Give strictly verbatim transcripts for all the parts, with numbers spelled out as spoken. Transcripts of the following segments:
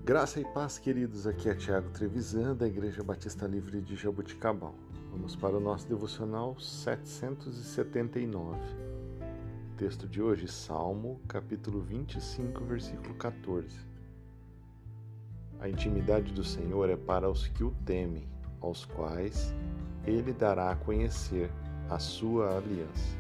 Graça e paz, queridos, aqui é Tiago Trevisan, da Igreja Batista Livre de Jaboticabal. Vamos para o nosso devocional setecentos e setenta e nove. O texto de hoje, Salmo, capítulo vinte e cinco, versículo quatorze. A intimidade do Senhor é para os que o temem, aos quais Ele dará a conhecer a sua aliança.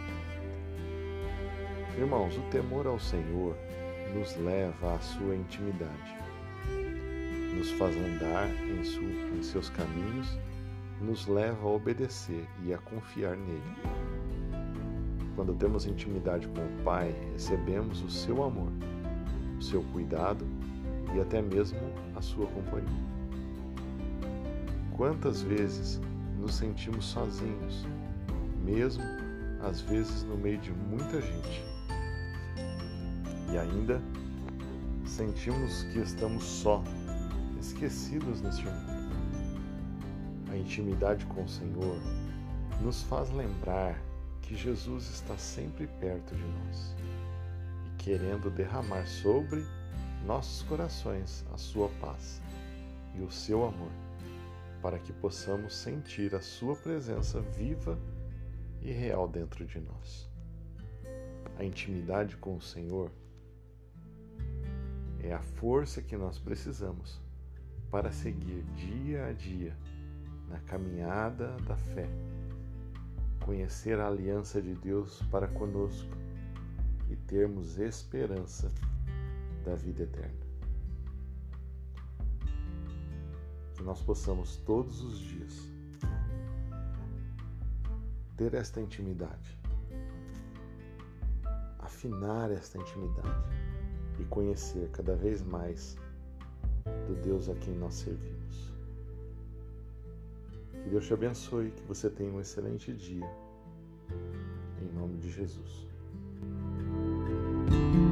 Irmãos, o temor ao Senhor nos leva à sua intimidade. Nos faz andar em, su, em seus caminhos, nos leva a obedecer e a confiar nele. Quando temos intimidade com o Pai, recebemos o seu amor, o seu cuidado e até mesmo a sua companhia. Quantas vezes nos sentimos sozinhos, mesmo às vezes no meio de muita gente, e ainda sentimos que estamos só, esquecidos neste mundo. A intimidade com o Senhor nos faz lembrar que Jesus está sempre perto de nós e querendo derramar sobre nossos corações a sua paz e o seu amor, para que possamos sentir a sua presença viva e real dentro de nós. A intimidade com o Senhor é a força que nós precisamos para seguir dia a dia na caminhada da fé, conhecer a aliança de Deus para conosco e termos esperança da vida eterna. Que nós possamos todos os dias ter esta intimidade, afinar esta intimidade e conhecer cada vez mais do Deus a quem nós servimos. Que Deus te abençoe, que você tenha um excelente dia. Em nome de Jesus.